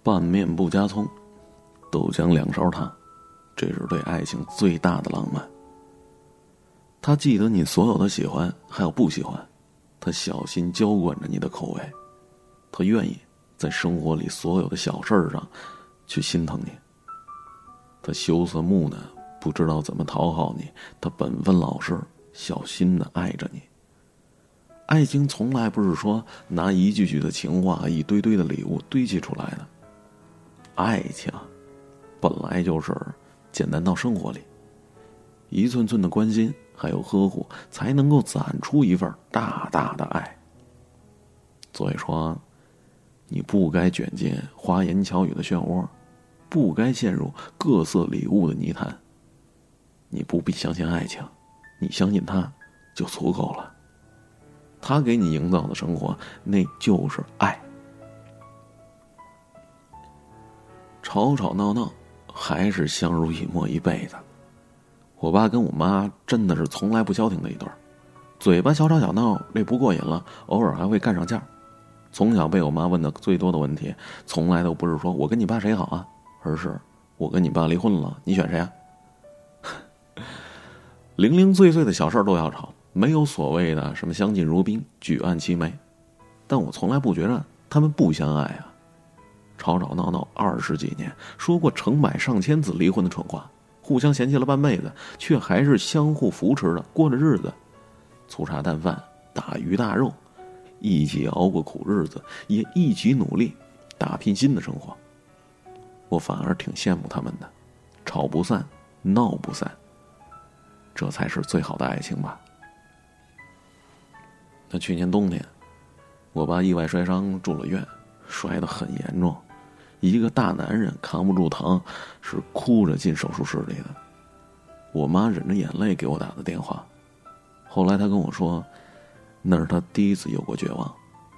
拌面不加葱，豆浆2勺糖，这是对爱情最大的浪漫。他记得你所有的喜欢还有不喜欢，他小心浇灌着你的口味，他愿意在生活里所有的小事上去心疼你。他羞涩木讷，不知道怎么讨好你，他本分老实，小心地爱着你。爱情从来不是说拿一句句的情话一堆堆的礼物堆砌出来的，爱情本来就是简单到生活里，一寸寸的关心还有呵护才能够攒出一份大大的爱。所以说你不该卷进花言巧语的漩涡，不该陷入各色礼物的泥潭。你不必相信爱情，你相信它就足够了。他给你营造的生活，那就是爱。吵吵闹闹，还是相濡以沫一辈子。我爸跟我妈真的是从来不消停的一对儿，嘴巴小吵小闹，这不过瘾了，偶尔还会干上架。从小被我妈问的最多的问题，从来都不是说我跟你爸谁好啊，而是我跟你爸离婚了，你选谁啊？零零碎碎的小事都要吵，没有所谓的什么相敬如宾、举案齐眉，但我从来不觉得他们不相爱啊。吵吵闹闹20几年，说过成百上千次离婚的蠢话，互相嫌弃了半辈子，却还是相互扶持的过着日子，粗茶淡饭，大鱼大肉，一起熬过苦日子，也一起努力打拼新的生活。我反而挺羡慕他们的，吵不散，闹不散，这才是最好的爱情吧。那去年冬天，我爸意外摔伤住了院，摔得很严重，一个大男人扛不住疼，是哭着进手术室里的。我妈忍着眼泪给我打的电话，后来她跟我说，那是她第一次有过绝望。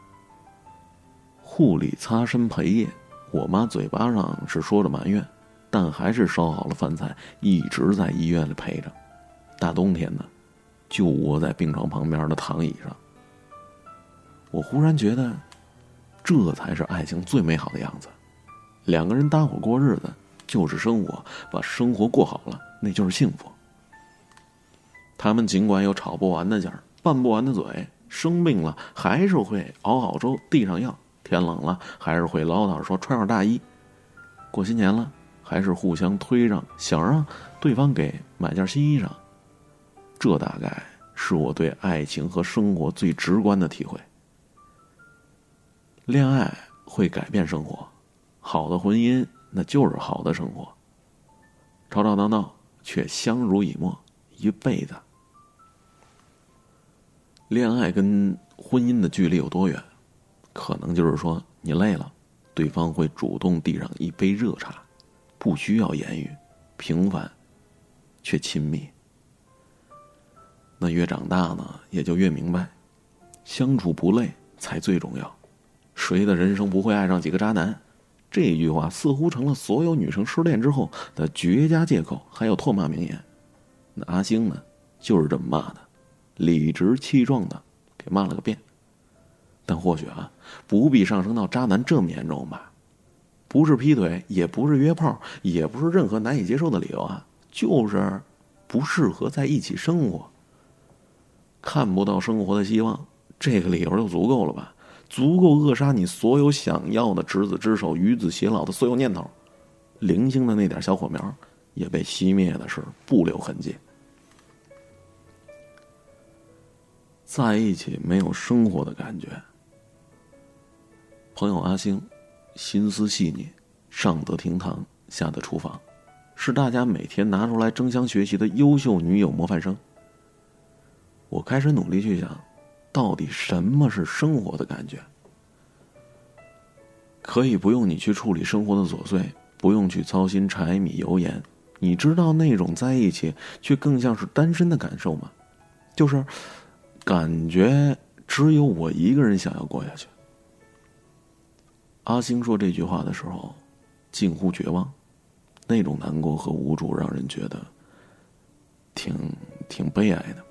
护理擦身陪夜，我妈嘴巴上是说着埋怨，但还是烧好了饭菜，一直在医院里陪着。大冬天的，就窝在病床旁边的躺椅上。我忽然觉得，这才是爱情最美好的样子。两个人搭伙过日子，就是生活，把生活过好了，那就是幸福。他们尽管有吵不完的架，拌不完的嘴，生病了还是会熬好粥递上药，天冷了还是会唠叨说穿上大衣，过新年了还是互相推让，想让对方给买件新衣裳。这大概是我对爱情和生活最直观的体会。恋爱会改变生活，好的婚姻那就是好的生活。吵吵闹闹却相濡以沫一辈子。恋爱跟婚姻的距离有多远？可能就是说你累了，对方会主动递上一杯热茶，不需要言语，平凡却亲密。那越长大呢，也就越明白，相处不累才最重要。谁的人生不会爱上几个渣男？这句话似乎成了所有女生失恋之后的绝佳借口，还有唾骂名言。那阿星呢，就是这么骂的，理直气壮的给骂了个遍。但或许不必上升到渣男这么严重吧。不是劈腿，也不是约炮，也不是任何难以接受的理由就是不适合在一起生活。看不到生活的希望，这个理由就足够了吧？足够扼杀你所有想要的执子之手与子偕老的所有念头。零星的那点小火苗也被熄灭的是不留痕迹。在一起没有生活的感觉。朋友阿星心思细腻，上得厅堂，下得厨房，是大家每天拿出来争相学习的优秀女友模范生。我开始努力去想，到底什么是生活的感觉？可以不用你去处理生活的琐碎，不用去操心柴米油盐，你知道那种在一起却更像是单身的感受吗？就是感觉只有我一个人想要过下去。阿星说这句话的时候近乎绝望，那种难过和无助让人觉得挺悲哀的。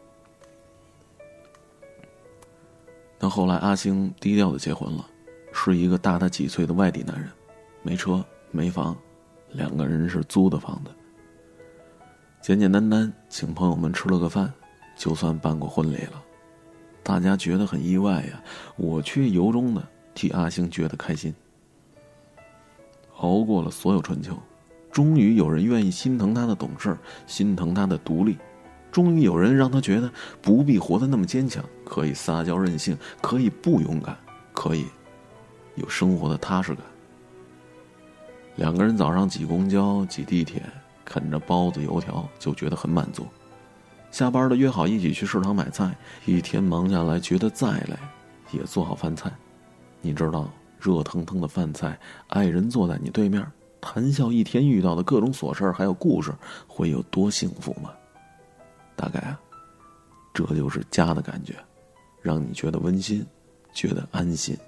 但后来阿星低调的结婚了，是一个大他几岁的外地男人， 没车没房，2个人是租的房子。简简单单请朋友们吃了个饭，就算办过婚礼了。大家觉得很意外呀，我却由衷的替阿星觉得开心。熬过了所有春秋，终于有人愿意心疼他的懂事，心疼他的独立，终于有人让他觉得不必活得那么坚强，可以撒娇任性，可以不勇敢，可以有生活的踏实感。2个人早上挤公交挤地铁，啃着包子油条就觉得很满足，下班了约好一起去市场买菜，一天忙下来觉得再累也做好饭菜。你知道热腾腾的饭菜，爱人坐在你对面，谈笑一天遇到的各种琐事还有故事，会有多幸福吗？大概啊，这就是家的感觉，让你觉得温馨，觉得安心。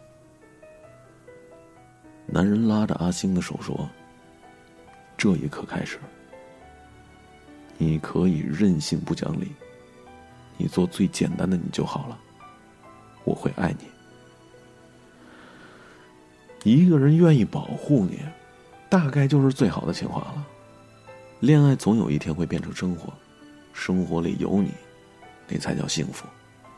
男人拉着阿星的手说，这一刻开始，你可以任性不讲理，你做最简单的你就好了，我会爱你。一个人愿意保护你，大概就是最好的情话了。恋爱总有一天会变成生活，生活里有你，那才叫幸福。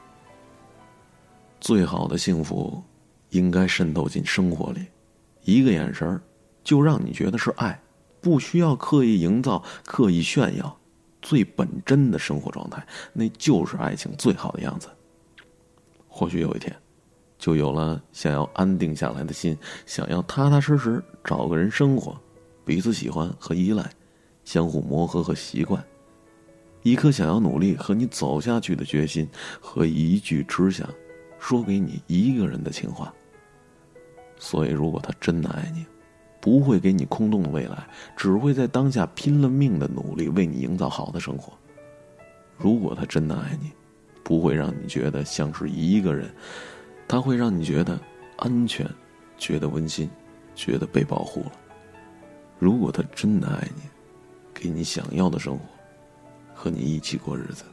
最好的幸福应该渗透进生活里，一个眼神就让你觉得是爱，不需要刻意营造，刻意炫耀，最本真的生活状态，那就是爱情最好的样子。或许有一天就有了想要安定下来的心，想要踏踏实实找个人生活，彼此喜欢和依赖，相互磨合和习惯，一颗想要努力和你走下去的决心，和一句只想说给你一个人的情话。所以如果他真的爱你，不会给你空洞的未来，只会在当下拼了命的努力为你营造好的生活。如果他真的爱你，不会让你觉得像是一个人，他会让你觉得安全，觉得温馨，觉得被保护了。如果他真的爱你，给你想要的生活，和你一起过日子。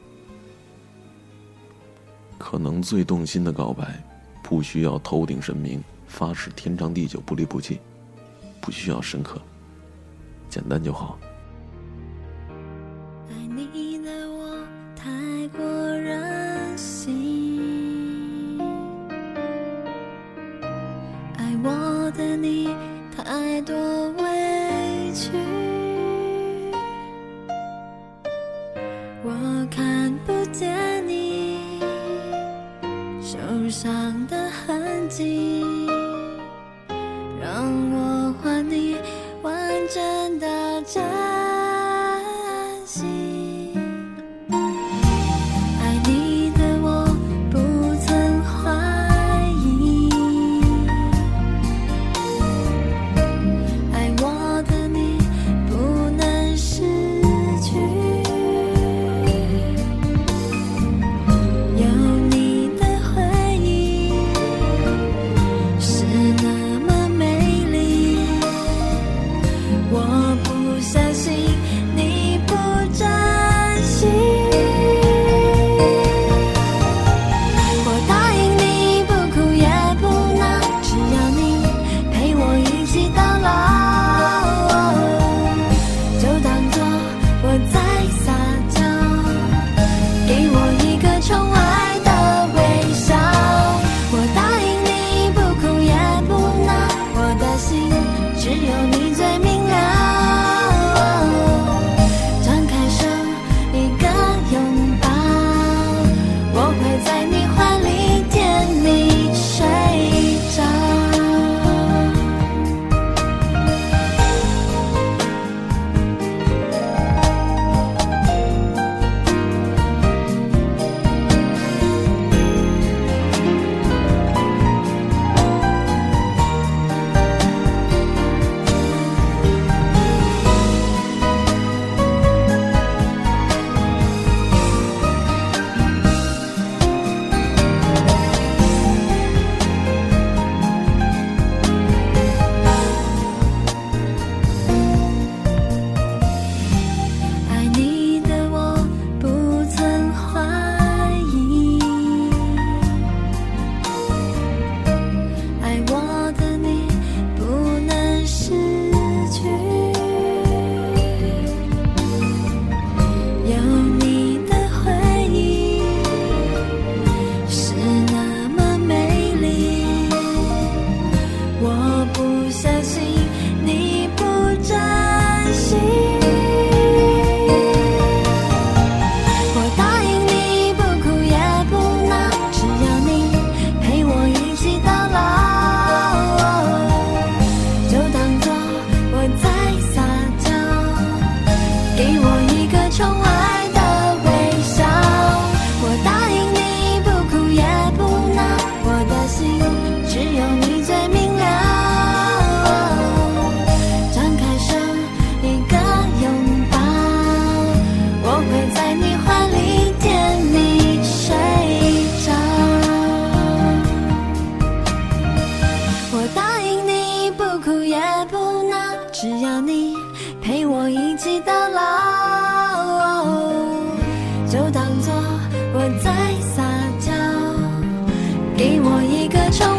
可能最动心的告白，不需要头顶神明，发誓天长地久不离不弃，不需要深刻，简单就好。 爱你的我太过任性，爱我的你太多委屈，我看不见你受伤的痕迹，让我还你完整的真心。爱你的我不曾怀疑，爱我的你不能失去，有你的回忆只有你最明了。张开手，一个拥抱，我会在你怀里甜蜜睡着。我答应你不哭也不闹，只要你陪我一起到老，就当作我在撒娇，给我一个冲